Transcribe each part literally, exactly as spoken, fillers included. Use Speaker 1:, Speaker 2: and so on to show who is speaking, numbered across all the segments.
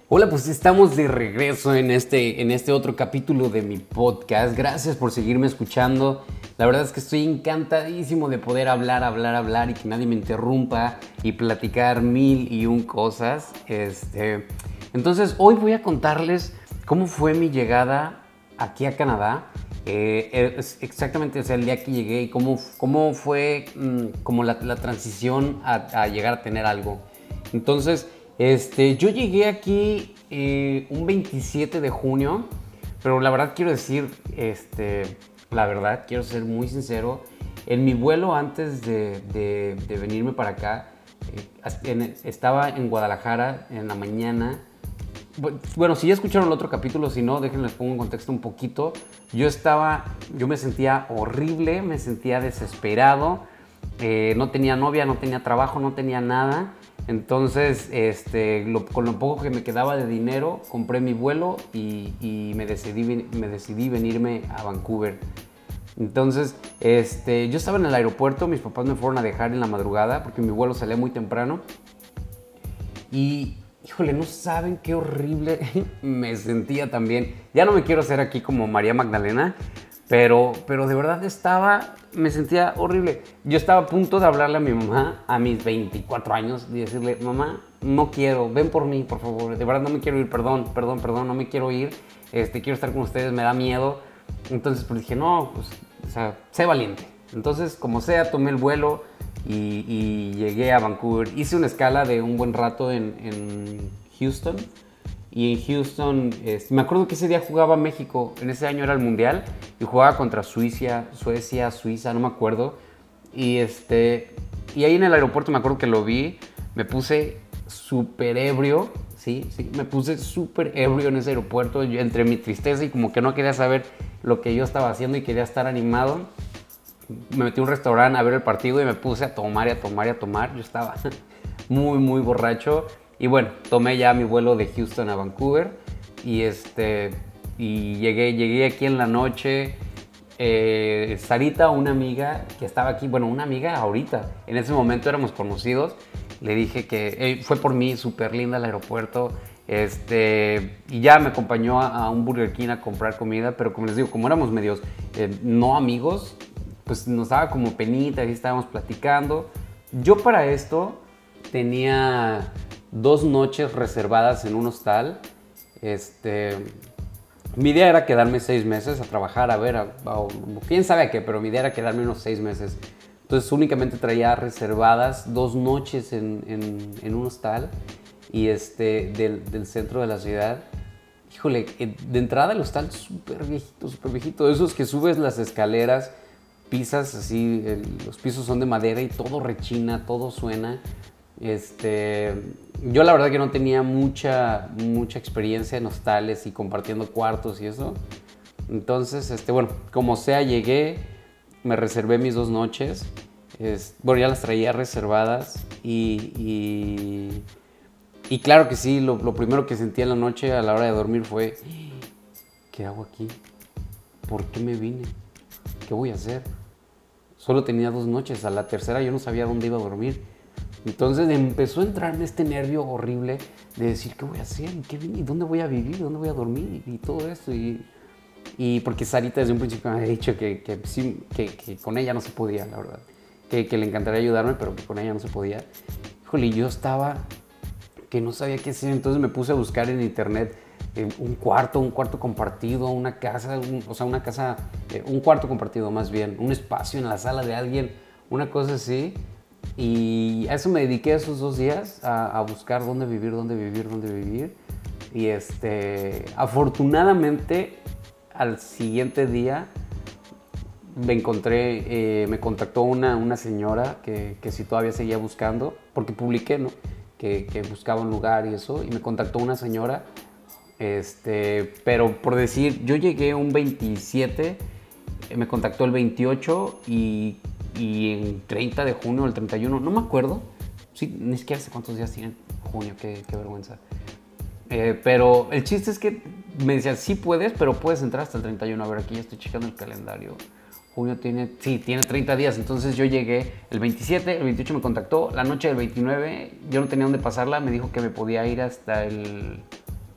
Speaker 1: Hola, pues estamos de regreso en este, en este otro capítulo de mi podcast. Gracias por seguirme escuchando. La verdad es que estoy encantadísimo de poder hablar, hablar, hablar y que nadie me interrumpa y platicar mil y un cosas. Este, entonces, hoy voy a contarles cómo fue mi llegada aquí a Canadá. Eh, es exactamente, o sea, el día que llegué y cómo, cómo fue mmm, como la, la transición a, a llegar a tener algo. Entonces, Este, yo llegué aquí eh, un veintisiete de junio, pero la verdad quiero decir, este, la verdad, quiero ser muy sincero, en mi vuelo antes de, de, de venirme para acá, eh, en, estaba en Guadalajara en la mañana. Bueno, si ya escucharon el otro capítulo, si no, déjenles pongo en contexto un poquito. Yo estaba, yo me sentía horrible, me sentía desesperado, eh, no tenía novia, no tenía trabajo, no tenía nada. Entonces, este, lo, con lo poco que me quedaba de dinero, compré mi vuelo y, y me, decidí, me decidí venirme a Vancouver. Entonces, este, yo estaba en el aeropuerto, mis papás me fueron a dejar en la madrugada porque mi vuelo salía muy temprano. Y, híjole, no saben qué horrible me sentía también. Ya no me quiero hacer aquí como María Magdalena, Pero, pero de verdad estaba, me sentía horrible. Yo estaba a punto de hablarle a mi mamá a mis veinticuatro años y decirle, mamá, no quiero, ven por mí, por favor. De verdad no me quiero ir, perdón, perdón, perdón, no me quiero ir. Este, quiero estar con ustedes, me da miedo. Entonces pues dije, no, pues, o sea, sé valiente. Entonces, como sea, tomé el vuelo y, y llegué a Vancouver. Hice una escala de un buen rato en, en Houston. Y en Houston, este, me acuerdo que ese día jugaba México, en ese año era el Mundial, y jugaba contra Suiza, Suecia, Suiza, no me acuerdo. Y, este, y ahí en el aeropuerto me acuerdo que lo vi, me puse súper ebrio, sí, sí, me puse súper ebrio en ese aeropuerto, yo, entre mi tristeza y como que no quería saber lo que yo estaba haciendo y quería estar animado. Me metí a un restaurante a ver el partido y me puse a tomar y a tomar y a tomar, yo estaba muy, muy borracho. Y bueno, tomé ya mi vuelo de Houston a Vancouver y, este, y llegué, llegué aquí en la noche. Eh, Sarita, una amiga que estaba aquí, bueno, una amiga ahorita, en ese momento éramos conocidos, le dije que eh, fue por mí, súper linda el aeropuerto, este, y ya me acompañó a, a un Burger King a comprar comida, pero como les digo, como éramos medios eh, no amigos, pues nos daba como penita y estábamos platicando. Yo para esto tenía dos noches reservadas en un hostal. Este, mi idea era quedarme seis meses a trabajar, a ver, a, a, quién sabe a qué, pero mi idea era quedarme unos seis meses. Entonces únicamente traía reservadas dos noches en, en, en un hostal y este, del, del centro de la ciudad. Híjole, de entrada el hostal súper viejito, súper viejito. Esos que subes las escaleras, pisas así, el, los pisos son de madera y todo rechina, todo suena. Este, yo la verdad que no tenía mucha, mucha experiencia en hostales y compartiendo cuartos y eso. Entonces, este, bueno, como sea, llegué, me reservé mis dos noches. Es, bueno, ya las traía reservadas y, y, y claro que sí, lo, lo primero que sentí en la noche a la hora de dormir fue, ¿qué hago aquí? ¿Por qué me vine? ¿Qué voy a hacer? Solo tenía dos noches, a la tercera yo no sabía dónde iba a dormir. Entonces empezó a entrarme este nervio horrible de decir, ¿qué voy a hacer? ¿Qué, ¿Y dónde voy a vivir? ¿Dónde voy a dormir? Y todo esto. Y, y porque Sarita desde un principio me había dicho que, que, sí, que, que con ella no se podía, la verdad. Que, que le encantaría ayudarme, pero que con ella no se podía. Híjole, yo estaba que no sabía qué hacer. Entonces me puse a buscar en internet eh, un cuarto, un cuarto compartido, una casa, un, o sea, una casa, eh, un cuarto compartido más bien, un espacio en la sala de alguien, una cosa así. Y a eso me dediqué esos dos días, a, a buscar dónde vivir, dónde vivir, dónde vivir. Y este, afortunadamente, al siguiente día me encontré, eh, me contactó una, una señora que, que si todavía seguía buscando, porque publiqué, ¿no? Que, que buscaba un lugar y eso, y me contactó una señora, este, pero por decir, yo llegué un veintisiete, me contactó el veintiocho y y en treinta de junio o el treinta y uno, no me acuerdo, sí, ni siquiera sé cuántos días tiene junio, qué, qué vergüenza. Eh, pero el chiste es que me decían, sí puedes, pero puedes entrar hasta el treinta y uno. A ver, aquí ya estoy checando el calendario. Junio tiene, sí, tiene treinta días. Entonces yo llegué el veintisiete, el veintiocho me contactó. La noche del veintinueve, yo no tenía dónde pasarla, me dijo que me podía ir hasta el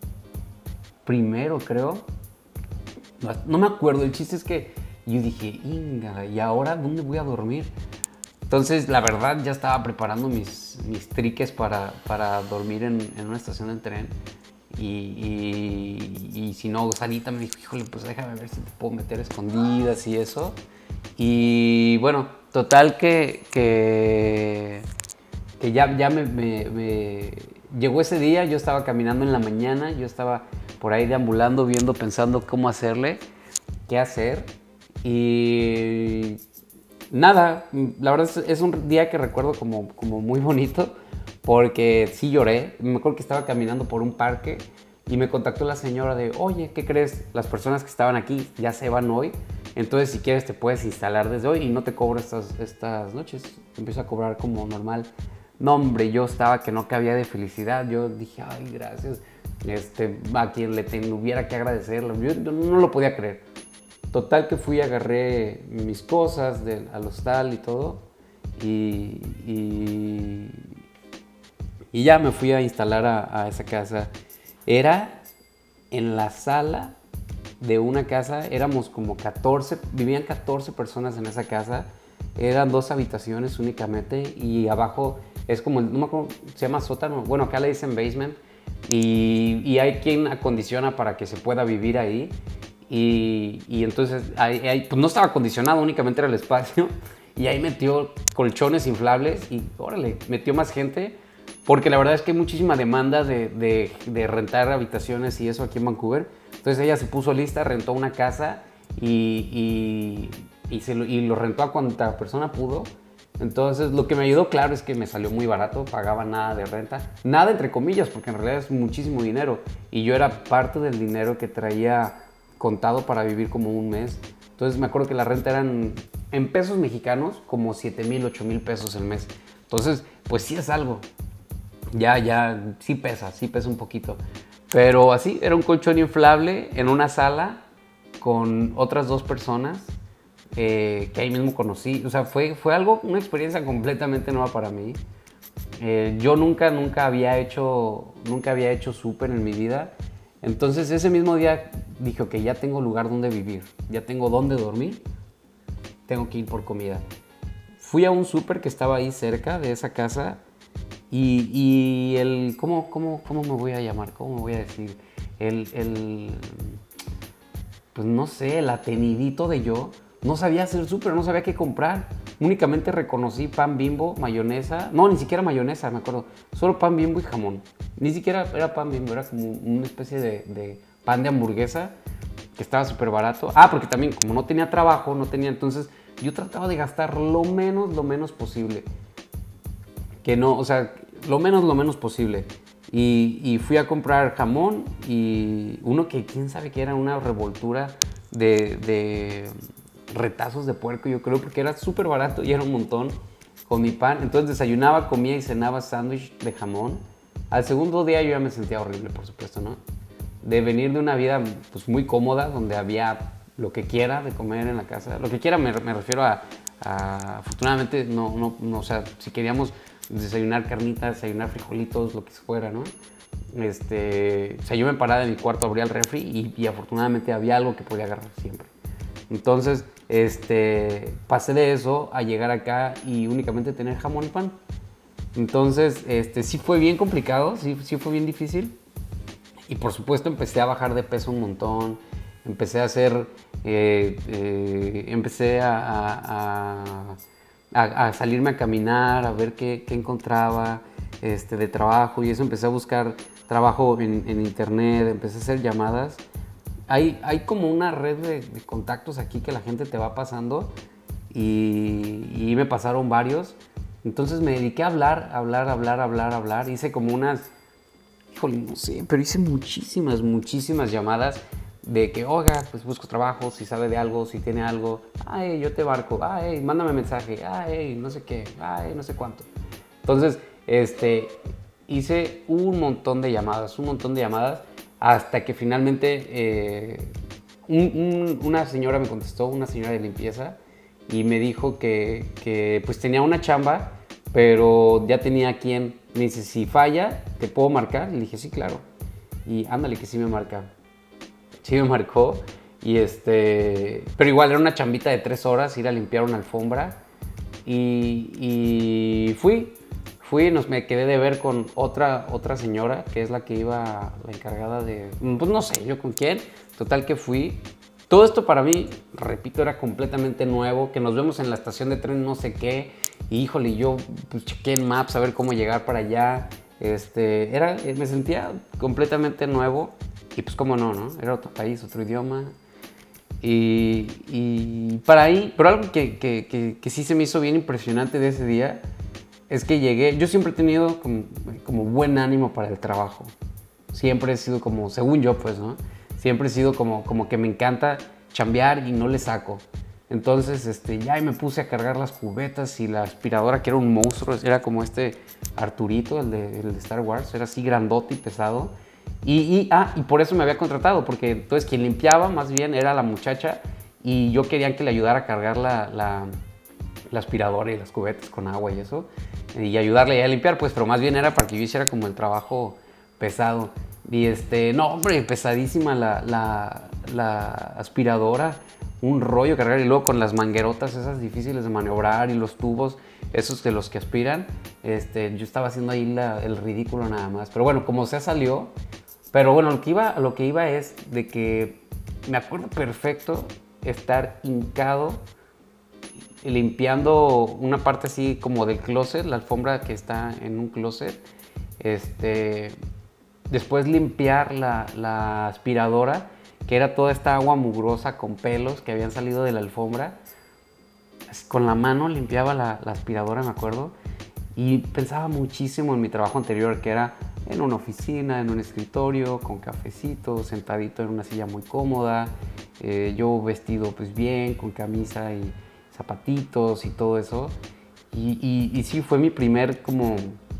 Speaker 1: primero, creo. No, no me acuerdo, el chiste es que yo dije, Inga, ¿y ahora dónde voy a dormir? Entonces, la verdad, ya estaba preparando mis, mis triques para, para dormir en, en una estación de tren. Y, y, y si no, Sarita me dijo, híjole, pues déjame ver si te puedo meter escondidas y eso. Y bueno, total que, que, que ya, ya me, me, me llegó ese día, yo estaba caminando en la mañana, yo estaba por ahí deambulando, viendo, pensando cómo hacerle, qué hacer. Y nada, la verdad es, es un día que recuerdo como, como muy bonito, porque sí lloré. Me acuerdo que estaba caminando por un parque y me contactó la señora de, oye, ¿qué crees? Las personas que estaban aquí ya se van hoy, entonces si quieres te puedes instalar desde hoy y no te cobro estas, estas noches, te empiezo a cobrar como normal. No, hombre, yo estaba que no cabía de felicidad. Yo dije, ay, gracias, este, a quien le tuviera que agradecerlo. Yo, yo no lo podía creer. Total que fui, agarré mis cosas de, al hostal y todo y, y, y ya me fui a instalar a, a esa casa. Era en la sala de una casa, éramos como catorce, vivían catorce personas en esa casa, eran dos habitaciones únicamente y abajo es como, no me acuerdo, se llama sótano, bueno, acá le dicen basement y, y hay quien acondiciona para que se pueda vivir ahí. Y, y entonces ahí, ahí, pues no estaba acondicionado, únicamente era el espacio y ahí metió colchones inflables y órale, metió más gente porque la verdad es que hay muchísima demanda de, de, de rentar habitaciones y eso aquí en Vancouver. Entonces ella se puso lista, rentó una casa y, y, y, se lo, y lo rentó a cuanta persona pudo. Entonces lo que me ayudó, claro, es que me salió muy barato, pagaba nada de renta, nada entre comillas, porque en realidad es muchísimo dinero y yo era parte del dinero que traía contado para vivir como un mes. Entonces me acuerdo que la renta eran en pesos mexicanos como siete mil, ocho mil pesos el mes. Entonces, pues sí es algo. Ya, ya, sí pesa, sí pesa un poquito. Pero así, era un colchón inflable en una sala con otras dos personas eh, que ahí mismo conocí. O sea, fue, fue algo, una experiencia completamente nueva para mí. Eh, yo nunca, nunca había hecho, nunca había hecho súper en mi vida. Entonces ese mismo día dije, ok, ya tengo lugar donde vivir, ya tengo dónde dormir, tengo que ir por comida. Fui a un súper que estaba ahí cerca de esa casa y, y el, ¿cómo, cómo, ¿cómo me voy a llamar? ¿Cómo me voy a decir? El, el pues no sé, el atenidito de yo, no sabía hacer súper, no sabía qué comprar. Únicamente reconocí pan Bimbo, mayonesa, no, ni siquiera mayonesa, me acuerdo, solo pan Bimbo y jamón. Ni siquiera era pan Bimbo, era como una especie de, de pan de hamburguesa que estaba súper barato. Ah, porque también como no tenía trabajo, no tenía, entonces yo trataba de gastar lo menos, lo menos posible. Que no, o sea, lo menos, lo menos posible. Y, y fui a comprar jamón y uno que quién sabe que era una revoltura de... de retazos de puerco, yo creo, porque era súper barato y era un montón con mi pan. Entonces desayunaba, comía y cenaba sándwich de jamón. Al segundo día yo ya me sentía horrible, por supuesto, ¿no? De venir de una vida pues muy cómoda, donde había lo que quiera de comer en la casa. Lo que quiera me, me refiero a, a afortunadamente, no, no, no, o sea, si queríamos desayunar carnitas, desayunar frijolitos, lo que fuera, ¿no? Este, o sea, yo me paraba de mi cuarto, abría el refri y, y afortunadamente había algo que podía agarrar siempre. Entonces, este, pasé de eso a llegar acá y únicamente tener jamón y pan. Entonces, este, sí fue bien complicado, sí, sí fue bien difícil. Y por supuesto empecé a bajar de peso un montón, empecé a hacer, eh, eh, empecé a, a, a, a salirme a caminar, a ver qué, qué encontraba este, de trabajo y eso, empecé a buscar trabajo en, en internet, empecé a hacer llamadas. Hay, hay como una red de, de contactos aquí que la gente te va pasando y, y me pasaron varios. Entonces me dediqué a hablar, hablar, hablar, hablar, hablar. Hice como unas, híjole, no sé, pero hice muchísimas, muchísimas llamadas de que, oiga, pues busco trabajo, si sabe de algo, si tiene algo. Ay, yo te barco, ay, mándame mensaje, ay, no sé qué, ay, no sé cuánto. Entonces, este, hice un montón de llamadas, un montón de llamadas. Hasta que finalmente eh, un, un, una señora me contestó, una señora de limpieza, y me dijo que, que pues tenía una chamba, pero ya tenía quien. Me dice, si falla, ¿te puedo marcar? Y le dije, sí, claro. Y ándale, que sí me marca. sí me marcó. Y este, pero igual era una chambita de tres horas ir a limpiar una alfombra. Y, y fui, fui, nos me quedé de ver con otra, otra señora que es la que iba, la encargada de, pues no sé yo con quién, total que fui. Todo esto para mí, repito, era completamente nuevo, que nos vemos en la estación de tren no sé qué, y híjole, yo pues chequé en Maps a ver cómo llegar para allá, este, era, me sentía completamente nuevo, y pues cómo no, ¿no? Era otro país, otro idioma. Y, y para ahí, pero algo que, que, que, que sí se me hizo bien impresionante de ese día es que llegué, yo siempre he tenido como, como buen ánimo para el trabajo, siempre he sido como, según yo pues, ¿no? Siempre he sido como, como que me encanta chambear y no le saco. Entonces este, ya me puse a cargar las cubetas y la aspiradora, que era un monstruo, era como este Arturito, el de, el de Star Wars, era así grandote y pesado. Y, y, ah, y por eso me había contratado, porque entonces quien limpiaba más bien era la muchacha y yo quería que le ayudara a cargar la, la, la aspiradora y las cubetas con agua y eso, y ayudarle a limpiar, pues, pero más bien era para que yo hiciera como el trabajo pesado. Y este, no, hombre, pesadísima la, la, la aspiradora, un rollo cargar, y luego con las manguerotas esas difíciles de maniobrar y los tubos, esos de los que aspiran, este, yo estaba haciendo ahí la, el ridículo nada más. Pero bueno, como sea salió. Pero bueno, lo que iba, lo que iba es de que me acuerdo perfecto estar hincado limpiando una parte así como del closet, la alfombra que está en un closet. Este, después limpiar la, la aspiradora, que era toda esta agua mugrosa con pelos que habían salido de la alfombra. Con la mano limpiaba la, la aspiradora, me acuerdo. Y pensaba muchísimo en mi trabajo anterior, que era en una oficina, en un escritorio, con cafecito, sentadito en una silla muy cómoda, eh, yo vestido pues bien, con camisa y zapatitos y todo eso. Y, y, y sí, fue mi primer como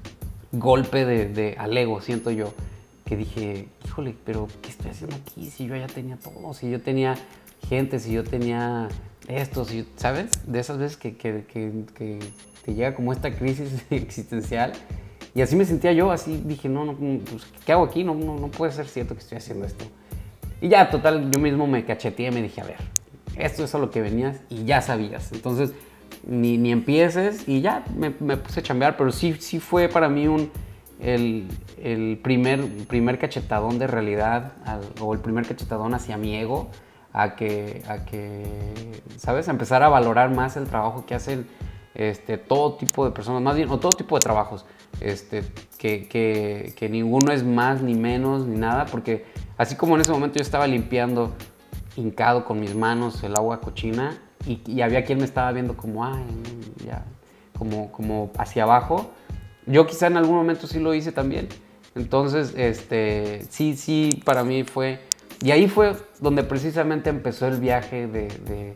Speaker 1: golpe de, de al ego, siento yo, que dije, híjole, pero ¿qué estoy haciendo aquí? Si yo ya tenía todo, si yo tenía gente, si yo tenía esto, si yo, ¿sabes? De esas veces que, que, que, que te llega como esta crisis existencial. Y así me sentía yo, así dije, no, no, pues, ¿qué hago aquí? No, no, no puede ser cierto que estoy haciendo esto. Y ya, total, yo mismo me cacheteé y me dije, a ver, esto es a lo que venías y ya sabías. Entonces, ni, ni empieces y ya me, me puse a chambear, pero sí, sí fue para mí un, el, el primer, primer cachetadón de realidad, al, o el primer cachetadón hacia mi ego, a que, a que, ¿sabes? A empezar a valorar más el trabajo que hacen este, todo tipo de personas, más bien, o todo tipo de trabajos. Este, que, que, que ninguno es más ni menos ni nada, porque así como en ese momento yo estaba limpiando hincado con mis manos el agua cochina y, y había quien me estaba viendo como, ay, ya, como, como hacia abajo, yo quizá en algún momento sí lo hice también. Entonces, este, sí, sí, para mí fue, y ahí fue donde precisamente empezó el viaje de, de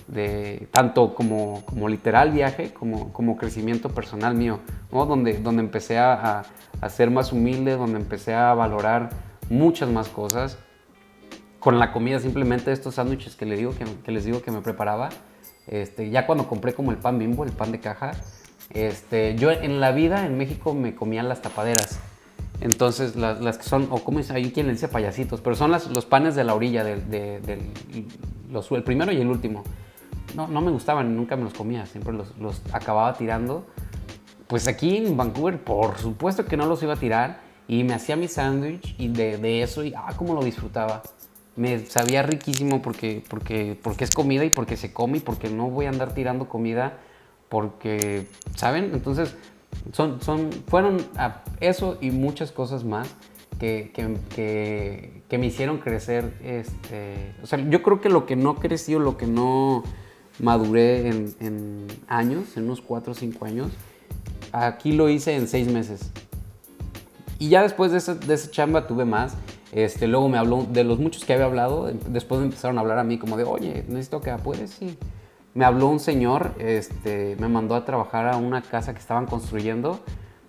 Speaker 1: de tanto como, como literal viaje, como, como crecimiento personal mío, ¿no? Donde, donde empecé a, a, a ser más humilde, donde empecé a valorar muchas más cosas. Con la comida, simplemente estos sándwiches que, le digo que, que les digo que me preparaba, este, ya cuando compré como el pan Bimbo, el pan de caja, este, yo en la vida en México me comía las tapaderas. Entonces, las, las que son, o como hay quien le dice payasitos, pero son las, los panes de la orilla, de, de, de, los, el primero y el último. No, no me gustaban, nunca me los comía, siempre los, los acababa tirando. Pues aquí en Vancouver, por supuesto que no los iba a tirar y me hacía mi sándwich y de, de eso, y ah, cómo lo disfrutaba. Me sabía riquísimo porque, porque, porque es comida y porque se come y porque no voy a andar tirando comida porque, ¿saben? Entonces, son, son, fueron a eso y muchas cosas más que, que, que, que me hicieron crecer. Este, o sea, yo creo que lo que no crecí o lo que no maduré en, en años, en unos cuatro o cinco años, aquí lo hice en seis meses. Y ya después de esa, de esa chamba tuve más. Este, luego me habló, de los muchos que había hablado, después me empezaron a hablar a mí como de, oye, necesito que apoyes, sí. Me habló un señor, este, me mandó a trabajar a una casa que estaban construyendo.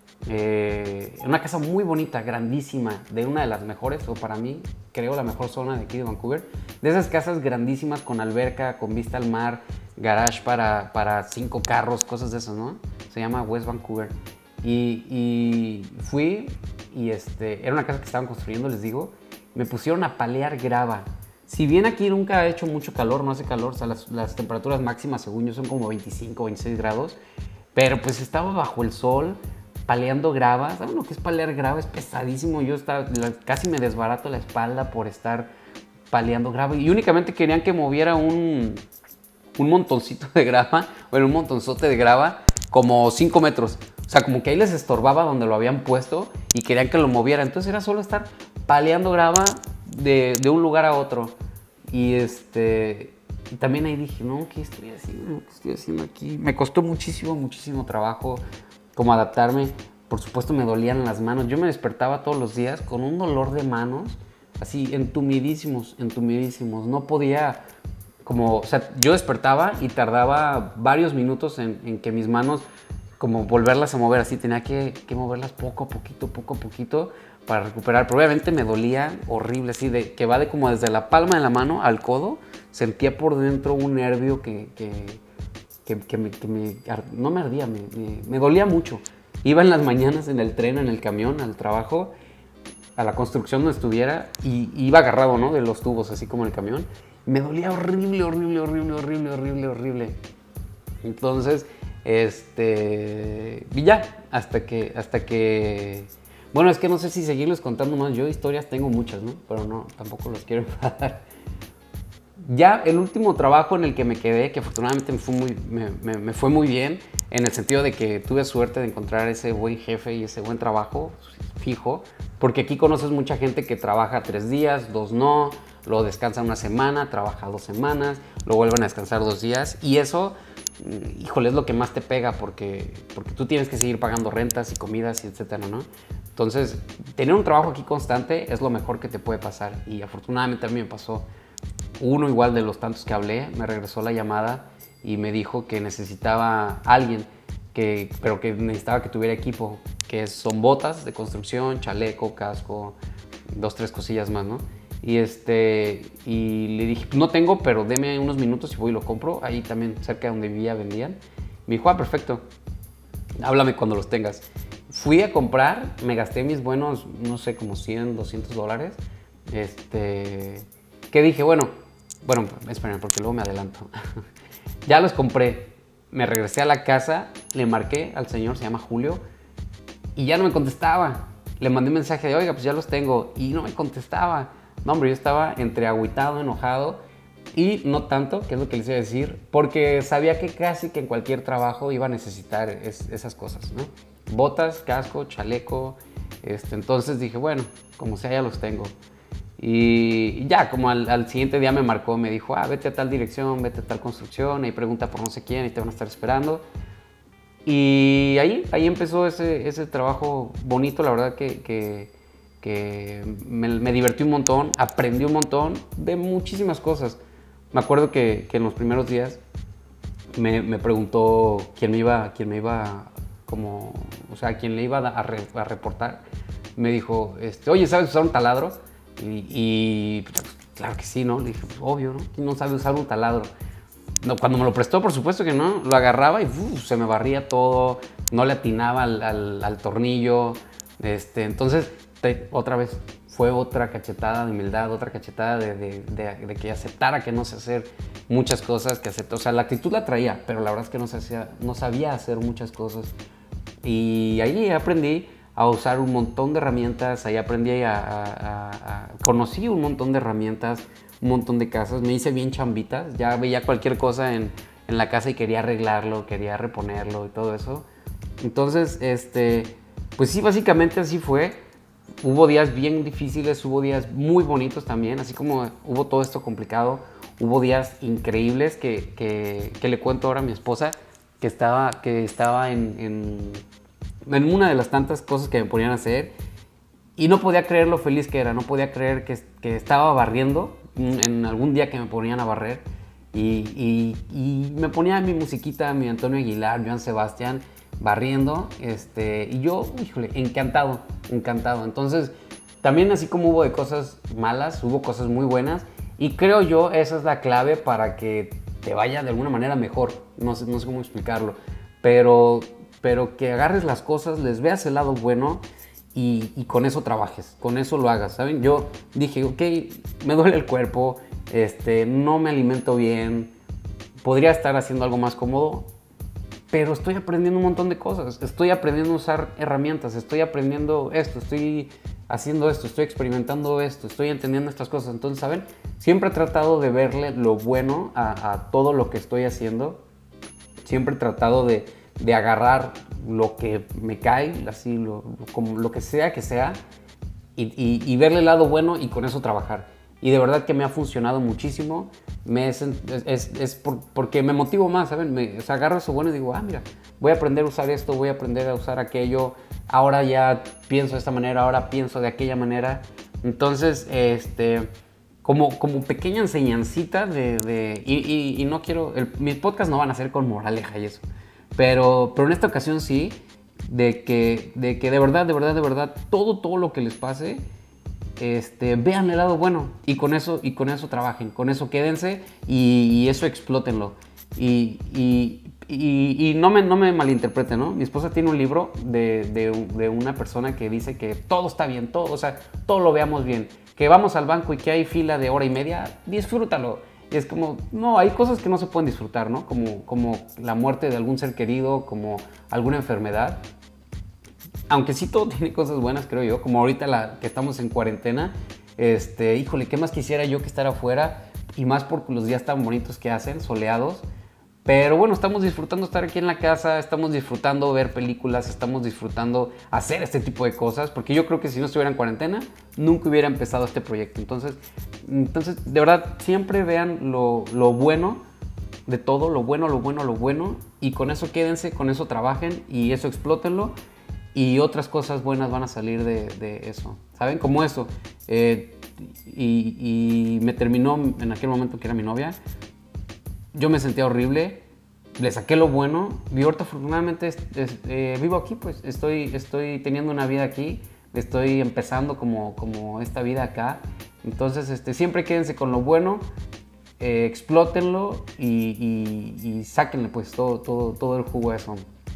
Speaker 1: Eh, una casa muy bonita, grandísima, de una de las mejores, o para mí, creo la mejor zona de aquí de Vancouver. De esas casas grandísimas con alberca, con vista al mar, garage para, para cinco carros, cosas de esas, ¿no? Se llama West Vancouver. Y, y fui, y este, era una casa que estaban construyendo, les digo. Me pusieron a palear grava. Si bien aquí nunca ha hecho mucho calor, no hace calor, o sea, las, las temperaturas máximas según yo son como veinticinco, veintiséis grados, pero pues estaba bajo el sol, paleando grava. ¿Saben lo que es palear grava? Es pesadísimo. Yo estaba, la, casi me desbarato la espalda por estar paleando grava y únicamente querían que moviera un, un montoncito de grava, bueno, un montonzote de grava, como cinco metros. O sea, como que ahí les estorbaba donde lo habían puesto y querían que lo moviera. Entonces era solo estar paleando grava de, de un lugar a otro. Y este... Y también ahí dije, no, ¿qué estoy haciendo? ¿Qué estoy haciendo aquí? Me costó muchísimo, muchísimo trabajo como adaptarme. Por supuesto me dolían las manos. Yo me despertaba todos los días con un dolor de manos, así entumidísimos, entumidísimos. No podía, como, o sea, yo despertaba y tardaba varios minutos en, en que mis manos, como volverlas a mover así. Tenía que, que moverlas poco a poquito, poco a poquito para recuperar. Pero obviamente me dolía horrible, así de que va de como desde la palma de la mano al codo. Sentía por dentro un nervio que, que, que, que, me, que me, no me ardía, me, me, me dolía mucho. Iba en las mañanas en el tren, en el camión, al trabajo, a la construcción donde estuviera, y iba agarrado, ¿no?, de los tubos, así como el camión. Me dolía horrible, horrible, horrible, horrible, horrible, horrible. Entonces, este, y ya, hasta que, hasta que, bueno, es que no sé si seguirles contando más. Yo historias tengo muchas, ¿no? Pero no, tampoco los quiero enfadar. Ya el último trabajo en el que me quedé, que afortunadamente me fue, muy, me, me, me fue muy bien, en el sentido de que tuve suerte de encontrar ese buen jefe y ese buen trabajo fijo, porque aquí conoces mucha gente que trabaja tres días, dos no, luego descansa una semana, trabaja dos semanas, luego vuelven a descansar dos días, y eso, híjole, es lo que más te pega, porque, porque tú tienes que seguir pagando rentas y comidas y etcétera, ¿no? Entonces, tener un trabajo aquí constante es lo mejor que te puede pasar, y afortunadamente a mí me pasó. Uno igual de los tantos que hablé, me regresó la llamada y me dijo que necesitaba a alguien, que, pero que necesitaba que tuviera equipo, que son botas de construcción, chaleco, casco, dos, tres cosillas más, ¿no? Y, este, y le dije, no tengo, pero deme unos minutos y voy y lo compro. Ahí también cerca de donde vivía vendían. Me dijo, ah, perfecto, háblame cuando los tengas. Fui a comprar, me gasté mis buenos, no sé, como cien, doscientos dólares. Este, que dije, bueno, Bueno, esperen, porque luego me adelanto. Ya los compré. Me regresé a la casa, le marqué al señor, se llama Julio, y ya no me contestaba. Le mandé un mensaje de, oiga, pues ya los tengo, y no me contestaba. No, hombre, yo estaba entre agüitado, enojado, y no tanto, que es lo que les iba a decir, porque sabía que casi que en cualquier trabajo iba a necesitar es, esas cosas, ¿no? Botas, casco, chaleco. Este, entonces dije, bueno, como sea, ya los tengo. Y ya, como al, al siguiente día me marcó, me dijo, ah, vete a tal dirección, vete a tal construcción, y pregunta por no sé quién y te van a estar esperando. Y ahí, ahí empezó ese, ese trabajo bonito, la verdad que, que, que me, me divertí un montón, aprendí un montón de muchísimas cosas. Me acuerdo que, que en los primeros días me, me preguntó quién me iba, quién me iba como, o sea, quién le iba a, re, a reportar. Me dijo, este, oye, ¿sabes usar un taladro? Y, y pues, claro que sí, ¿no? Le dije, pues, obvio, ¿no? ¿Quién no sabe usar un taladro? No, cuando me lo prestó, por supuesto que no. Lo agarraba y uf, se me barría todo, no le atinaba al, al, al tornillo. Este, entonces, te, otra vez, fue otra cachetada de humildad, otra cachetada de, de, de, de que aceptara que no sé hacer muchas cosas, que aceptó. O sea, la actitud la traía, pero la verdad es que no, se hacía, no sabía hacer muchas cosas. Y ahí aprendí a usar un montón de herramientas, ahí aprendí a, a, a, a... Conocí un montón de herramientas, un montón de casas, me hice bien chambitas, ya veía cualquier cosa en, en la casa y quería arreglarlo, quería reponerlo y todo eso. Entonces, este, pues sí, básicamente así fue. Hubo días bien difíciles, hubo días muy bonitos también, así como hubo todo esto complicado, hubo días increíbles que, que, que le cuento ahora a mi esposa, que estaba, que estaba en... en en una de las tantas cosas que me ponían a hacer y no podía creer lo feliz que era, no podía creer que, que estaba barriendo en algún día que me ponían a barrer y, y, y me ponía mi musiquita, mi Antonio Aguilar, Joan Sebastián, barriendo, este, y yo, híjole, encantado, encantado. Entonces, también así como hubo de cosas malas, hubo cosas muy buenas y creo yo esa es la clave para que te vaya de alguna manera mejor, no sé, no sé cómo explicarlo, pero... pero que agarres las cosas, les veas el lado bueno y, y con eso trabajes, con eso lo hagas, ¿saben? Yo dije, ok, me duele el cuerpo, este, no me alimento bien, podría estar haciendo algo más cómodo, pero estoy aprendiendo un montón de cosas, estoy aprendiendo a usar herramientas, estoy aprendiendo esto, estoy haciendo esto, estoy experimentando esto, estoy entendiendo estas cosas. Entonces, ¿saben? Siempre he tratado de verle lo bueno a, a todo lo que estoy haciendo, siempre he tratado de, de agarrar lo que me cae, así, lo, como lo que sea que sea, y, y, y verle el lado bueno y con eso trabajar. Y de verdad que me ha funcionado muchísimo. Me es, es, es por, porque me motivo más, ¿saben? Me, o sea, agarro eso bueno y digo, ah, mira, voy a aprender a usar esto, voy a aprender a usar aquello. Ahora ya pienso de esta manera, ahora pienso de aquella manera. Entonces, este, como, como pequeña enseñancita de... de y, y, y no quiero... El, mis podcasts no van a ser con moraleja y eso. Pero, pero en esta ocasión sí, de que, de que de verdad, de verdad, de verdad, todo, todo lo que les pase... Este, vean el lado bueno y con eso, y con eso trabajen, con eso quédense y, y eso explótenlo. Y, y, y, y no, me, no me malinterpreten, ¿no? Mi esposa tiene un libro de, de, de una persona que dice que todo está bien, todo, o sea, todo lo veamos bien. Que vamos al banco y que hay fila de hora y media, disfrútalo. Y es como, no, hay cosas que no se pueden disfrutar, ¿no? Como, como la muerte de algún ser querido, como alguna enfermedad. Aunque sí todo tiene cosas buenas, creo yo, como ahorita la, que estamos en cuarentena, este, híjole, ¿qué más quisiera yo que estar afuera? Y más por los días tan bonitos que hacen, soleados. Pero bueno, estamos disfrutando estar aquí en la casa, estamos disfrutando ver películas, estamos disfrutando hacer este tipo de cosas, porque yo creo que si no estuviera en cuarentena, nunca hubiera empezado este proyecto. Entonces, entonces de verdad, siempre vean lo, lo bueno de todo, lo bueno, lo bueno, lo bueno, y con eso quédense, con eso trabajen y eso explótenlo. Y otras cosas buenas van a salir de, de eso, ¿saben? Como eso. Eh, y, y me terminó en aquel momento que era mi novia. Yo me sentía horrible, le saqué lo bueno. Y ahorita afortunadamente es, es, eh, vivo aquí, pues estoy, estoy teniendo una vida aquí. Estoy empezando como, como esta vida acá. Entonces este, siempre quédense con lo bueno, eh, explótenlo y, y, y sáquenle pues todo, todo, todo el jugo a eso.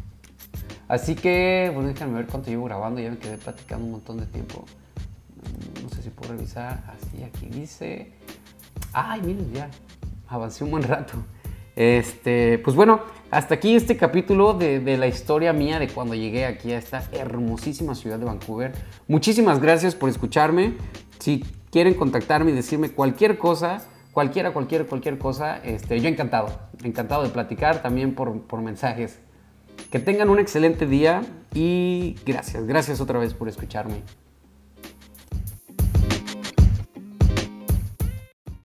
Speaker 1: Así que, bueno, déjenme ver cuánto llevo grabando, ya me quedé platicando un montón de tiempo. No sé si puedo revisar, así aquí dice... Ay, miren, ya, avancé un buen rato. Este, pues bueno, hasta aquí este capítulo de, de la historia mía de cuando llegué aquí a esta hermosísima ciudad de Vancouver. Muchísimas gracias por escucharme. Si quieren contactarme y decirme cualquier cosa, cualquiera, cualquier, cualquier cosa, este, yo encantado. Encantado de platicar también por, por mensajes. Que tengan un excelente día y gracias, gracias otra vez por escucharme.